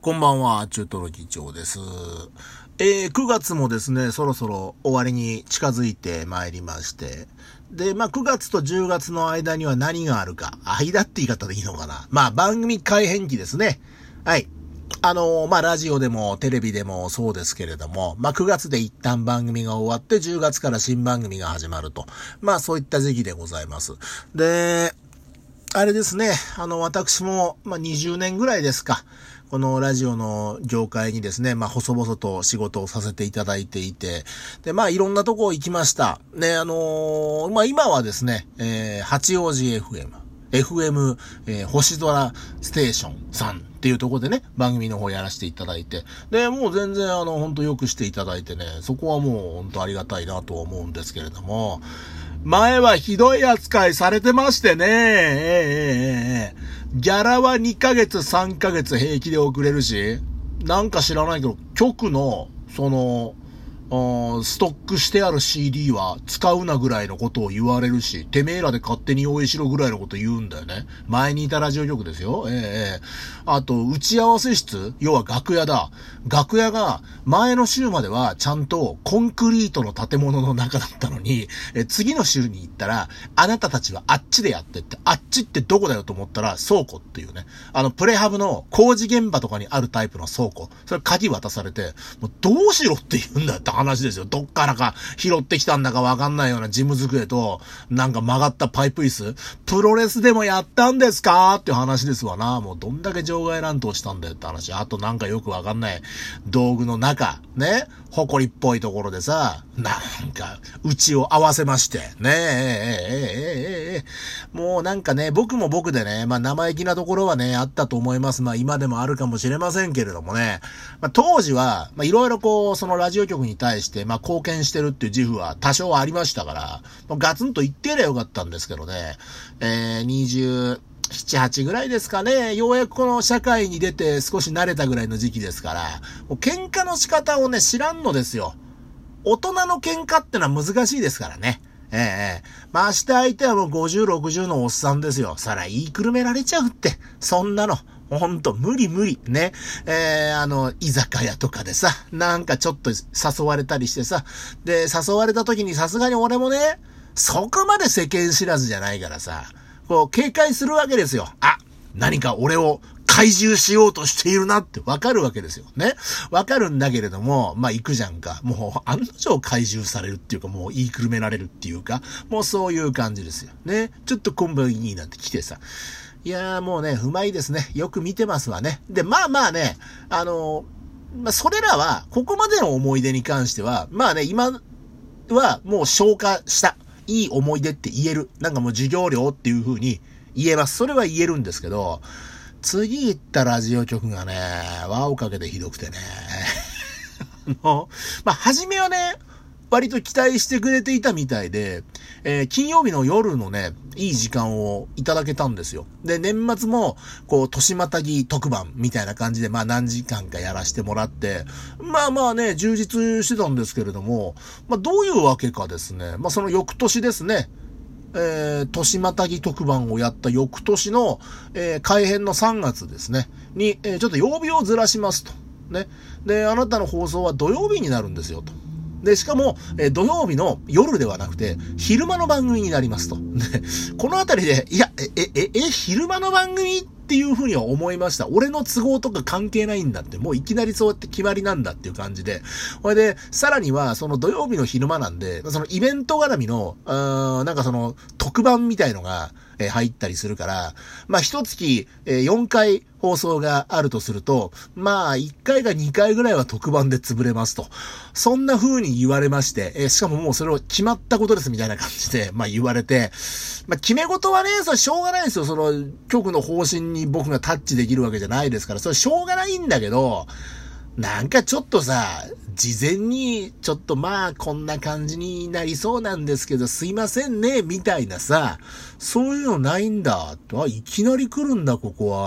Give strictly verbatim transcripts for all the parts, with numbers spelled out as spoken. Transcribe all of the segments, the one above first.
こんばんは、中トロ議長です。えー、くがつもですね、そろそろ終わりに近づいてまいりまして。で、まあ、くがつとじゅうがつの間には何があるか。間って言い方でいいのかな。まあ、番組改編期ですね。はい。あのー、まあ、ラジオでもテレビでもそうですけれども、まあ、くがつで一旦番組が終わってじゅうがつから新番組が始まると。まあ、そういった時期でございます。で、あれですね、あの、私も、まあ、にじゅうねんぐらいですか。このラジオの業界にですね、まあ、細々と仕事をさせていただいていて、で、まあ、いろんなとこ行きました。ね、あのー、まあ、今はですね、えー、八王子 エフエム、エフエム、えー、星空ステーションさんっていうところでね、番組の方やらせていただいて、で、もう全然あの、本当よくしていただいてね、そこはもう本当ありがたいなと思うんですけれども、前はひどい扱いされてましてね、えーえーえーギャラはにかげつさんかげつ平気で遅れるし、なんか知らないけど、局の、その、ストックしてある シーディー は使うなぐらいのことを言われるし、てめえらで勝手に用意しろぐらいのこと言うんだよね。前にいたラジオ局ですよ。ええええ。あと、打ち合わせ室、要は楽屋だ。楽屋が前の週まではちゃんとコンクリートの建物の中だったのに、え次の週に行ったら、あなたたちはあっちでやってって、あっちってどこだよと思ったら倉庫っていうね。あの、プレハブの工事現場とかにあるタイプの倉庫。それ鍵渡されて、もうどうしろって言うんだよって話ですよ。どっからか拾ってきたんだかわかんないような事務机と、なんか曲がったパイプ椅子。プロレスでもやったんですかっていう話ですわな。もうどんだけ場外乱闘したんだよって話。あとなんかよくわかんない道具の中、ね。埃っぽいところでさ、なんか、打ちを合わせまして。ねえ、ええ、ええ、ええ、ええ。もうなんかね、僕も僕でね、まあ生意気なところはね、あったと思います。まあ今でもあるかもしれませんけれどもね。まあ当時は、まあいろいろこう、そのラジオ局に対して、まあ貢献してるっていう自負は多少ありましたから、まあ、ガツンと言ってやればよかったんですけどね。えー、にじゅうなな、はちぐらいですかね。ようやくこの社会に出て少し慣れたぐらいの時期ですから、もう喧嘩の仕方をね、知らんのですよ。大人の喧嘩ってのは難しいですからね。ええまあ、明日相手はもうごじゅう、ろくじゅうのおっさんですよ。さら言いくるめられちゃうって。そんなの。ほんと、無理無理。ね。えー、あの、居酒屋とかでさ、なんかちょっと誘われたりしてさ、で、誘われた時にさすがに俺もね、そこまで世間知らずじゃないからさ、こう、警戒するわけですよ。あ、何か俺を怪獣しようとしているなってわかるわけですよ。ね。わかるんだけれども、まあ、行くじゃんか。もう、案の定怪獣されるっていうか、もう言いくるめられるっていうか、もうそういう感じですよ。ね。ちょっとコンビニになんて来てさ。いやーもうね、うまいですね。よく見てますわね。で、まあまあね、あのー、まあ、それらは、ここまでの思い出に関しては、まあね、今はもう消化した。いい思い出って言える。なんかもう授業料っていう風に言えます。それは言えるんですけど、次行ったラジオ局がね、輪をかけてひどくてね。あの、まあ、初めはね、割と期待してくれていたみたいで、えー、金曜日の夜のね、いい時間をいただけたんですよ。で、年末も、こう、年またぎ特番みたいな感じで、まあ何時間かやらせてもらって、まあまあね、充実してたんですけれども、まあどういうわけかですね、まあその翌年ですね、えー、年またぎ特番をやった翌年の、えー、改編のさんがつですね、に、えー、ちょっと曜日をずらしますと。ね。で、あなたの放送は土曜日になるんですよと。で、しかも、えー、土曜日の夜ではなくて、昼間の番組になりますと。で、このあたりで、いや、え、え、え、え、昼間の番組っていうふうには思いました。俺の都合とか関係ないんだって、もういきなりそうやって決まりなんだっていう感じで。ほいで、さらには、その土曜日の昼間なんで、そのイベント絡みの、うーん、なんかその、特番みたいのが、えー、入ったりするから、まあ、一月、えー、よんかい放送があるとすると、まあ、いっかいかにかいぐらいは特番で潰れますと。そんな風に言われまして、えー、しかももうそれを決まったことですみたいな感じで、まあ言われて、まあ決め事はね、それしょうがないですよ。その、局の方針に僕がタッチできるわけじゃないですから、それしょうがないんだけど、なんかちょっとさ、事前にちょっとまあこんな感じになりそうなんですけどすいませんねみたいなさ、そういうのないんだと、あ、いきなり来るんだここはなんて、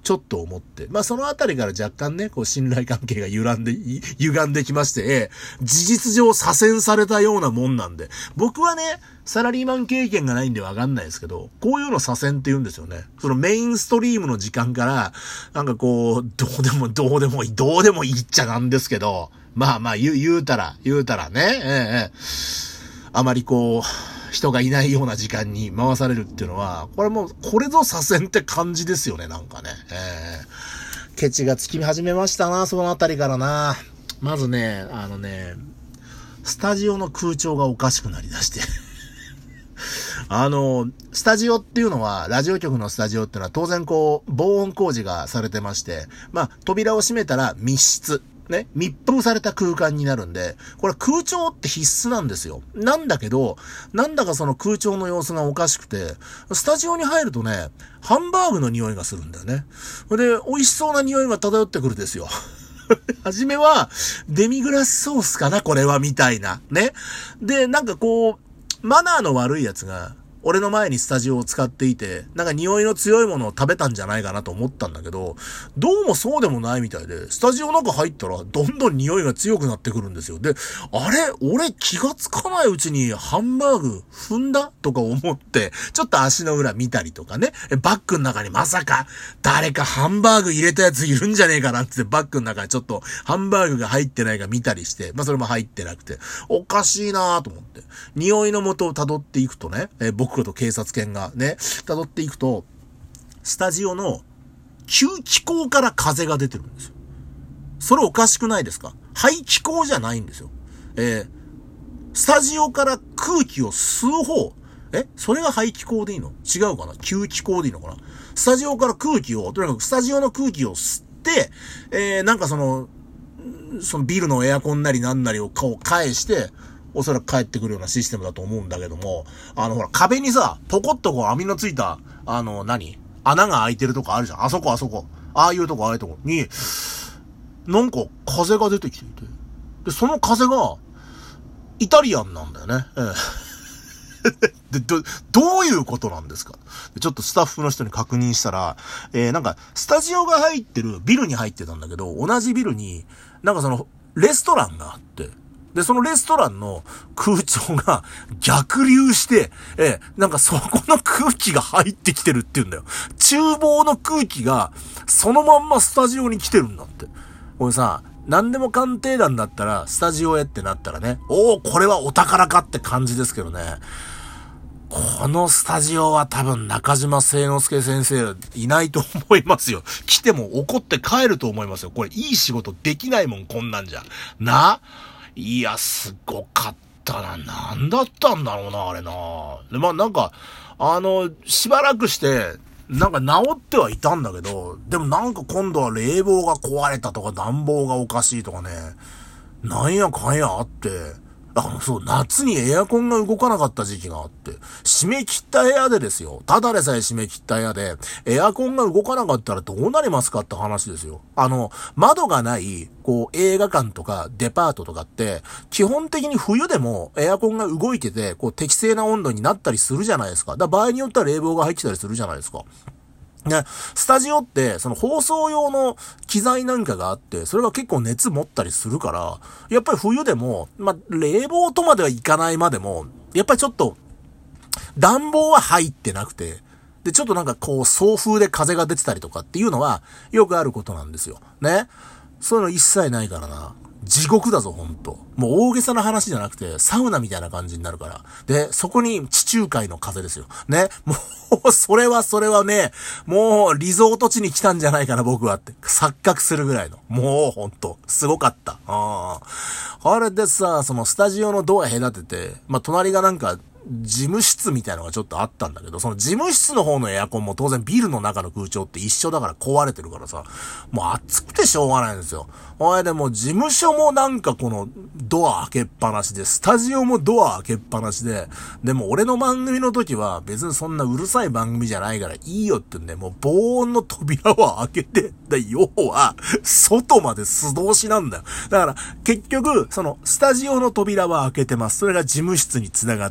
ちょっと思って。まあそのあたりから若干ね、こう信頼関係が歪んで、歪んできまして、えー、事実上左遷されたようなもんなんで、僕はね、サラリーマン経験がないんでわかんないですけど、こういうの左遷って言うんですよね。そのメインストリームの時間から、なんかこう、どうでもどうでもいい、どうでもいいっちゃなんですけど、まあまあ言う、言うたら、言うたらね、ええー、あまりこう、人がいないような時間に回されるっていうのは、これもう、これぞ左遷って感じですよね、なんかね。えー、ケチがつき始めましたな、そのあたりからな。まずね、あのね、スタジオの空調がおかしくなりだして。あの、スタジオっていうのは、ラジオ局のスタジオっていうのは当然こう、防音工事がされてまして、まあ、扉を閉めたら密室。ね、密封された空間になるんで、これ空調って必須なんですよ。なんだけど、なんだかその空調の様子がおかしくて、スタジオに入るとね、ハンバーグの匂いがするんだよね。で、美味しそうな匂いが漂ってくるですよ。はじめは、デミグラスソースかなこれは、みたいな。ね。で、なんかこう、マナーの悪いやつが、俺の前にスタジオを使っていて、なんか匂いの強いものを食べたんじゃないかなと思ったんだけど、どうもそうでもないみたいで、スタジオの中入ったらどんどん匂いが強くなってくるんですよ。で、あれ俺気がつかないうちにハンバーグ踏んだとか思って、ちょっと足の裏見たりとかね、バッグの中にまさか誰かハンバーグ入れたやついるんじゃねえかなってバッグの中にちょっとハンバーグが入ってないか見たりして、まあそれも入ってなくて、おかしいなぁと思って、匂いの元を辿っていくとね、えー、僕と警察犬がね、辿っていくと、スタジオの吸気口から風が出てるんですよ。それおかしくないですか？排気口じゃないんですよ。えー、スタジオから空気を吸う方。えそれが排気口でいいの？違うかな？吸気口でいいのかな？スタジオから空気を、とにかくスタジオの空気を吸って、えー、なんかその、そのビルのエアコンなりなんなりを顔返して、おそらく帰ってくるようなシステムだと思うんだけども、あのほら壁にさ、ポコッとこう網のついた、あの何穴が開いてるとこあるじゃん。あそこあそこ。ああいうとこああいうとこに、なんか風が出てきていて。で、その風が、イタリアンなんだよね。ええ、で、ど、どういうことなんですか？ちょっとスタッフの人に確認したら、えー、なんか、スタジオが入ってる、ビルに入ってたんだけど、同じビルに、なんかその、レストランがあって、で、そのレストランの空調が逆流して、ええ、なんかそこの空気が入ってきてるって言うんだよ。厨房の空気がそのまんまスタジオに来てるんだって。これさ、何でも鑑定団だったらスタジオへってなったらね、おー、これはお宝かって感じですけどね。このスタジオは多分中島聖之助先生いないと思いますよ。来ても怒って帰ると思いますよ。これいい仕事できないもん、こんなんじゃ。な？いや、すごかったな。なんだったんだろうな、あれな。で、まあなんか、あの、しばらくして、なんか治ってはいたんだけど、でもなんか今度は冷房が壊れたとか暖房がおかしいとかね、なんやかんやあって、あの、そう、夏にエアコンが動かなかった時期があって、締め切った部屋でですよ。ただでさえ締め切った部屋で、エアコンが動かなかったらどうなりますかって話ですよ。あの、窓がない、こう、映画館とかデパートとかって、基本的に冬でもエアコンが動いてて、こう、適正な温度になったりするじゃないですか。だから場合によっては冷房が入ってたりするじゃないですか。ね、スタジオって、その放送用の機材なんかがあって、それが結構熱持ったりするから、やっぱり冬でも、まあ、冷房とまではいかないまでも、やっぱりちょっと、暖房は入ってなくて、で、ちょっとなんかこう、送風で風が出てたりとかっていうのは、よくあることなんですよ。ね。そういうの一切ないからな。地獄だぞ、ほんと。もう大げさな話じゃなくて、サウナみたいな感じになるから。で、そこに地中海の風ですよ。ね。もう、それはそれはね、もうリゾート地に来たんじゃないかな、僕はって。錯覚するぐらいの。もうほんと、すごかった。ああ。あれでさ、そのスタジオのドア隔てて、まあ、隣がなんか、事務室みたいなのがちょっとあったんだけど、その事務室の方のエアコンも当然ビルの中の空調って一緒だから壊れてるからさ、もう暑くてしょうがないんですよ。おいでも事務所もなんかこのドア開けっぱなしで、スタジオもドア開けっぱなしで、でも俺の番組の時は別にそんなうるさい番組じゃないからいいよってんで、もう防音の扉を開けて、で要は外まで素通しなんだよ。だから結局そのスタジオの扉は開けてます。それが事務室に繋がってます。事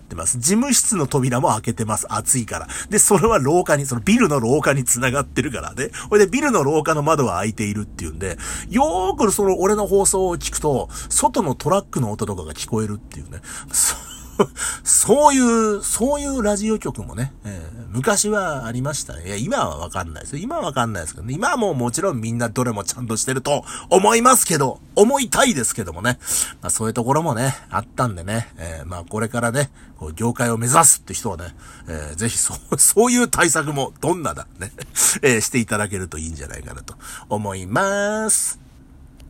事務室の扉も開けてます。暑いから。で、それは廊下に、そのビルの廊下に繋がってるからね。これでビルの廊下の窓は開いているっていうんで、よーくその俺の放送を聞くと、外のトラックの音とかが聞こえるっていうね。そういう、そういうラジオ局もね、えー、昔はありましたね。いや、今はわかんないですよ。今はわかんないですけどね。今はもうもちろんみんなどれもちゃんとしてると思いますけど、思いたいですけどもね。まあそういうところもね、あったんでね、えー、まあこれからね、こう業界を目指すって人はね、えー、ぜひそう、そういう対策もどんなだね、えー、していただけるといいんじゃないかなと思います。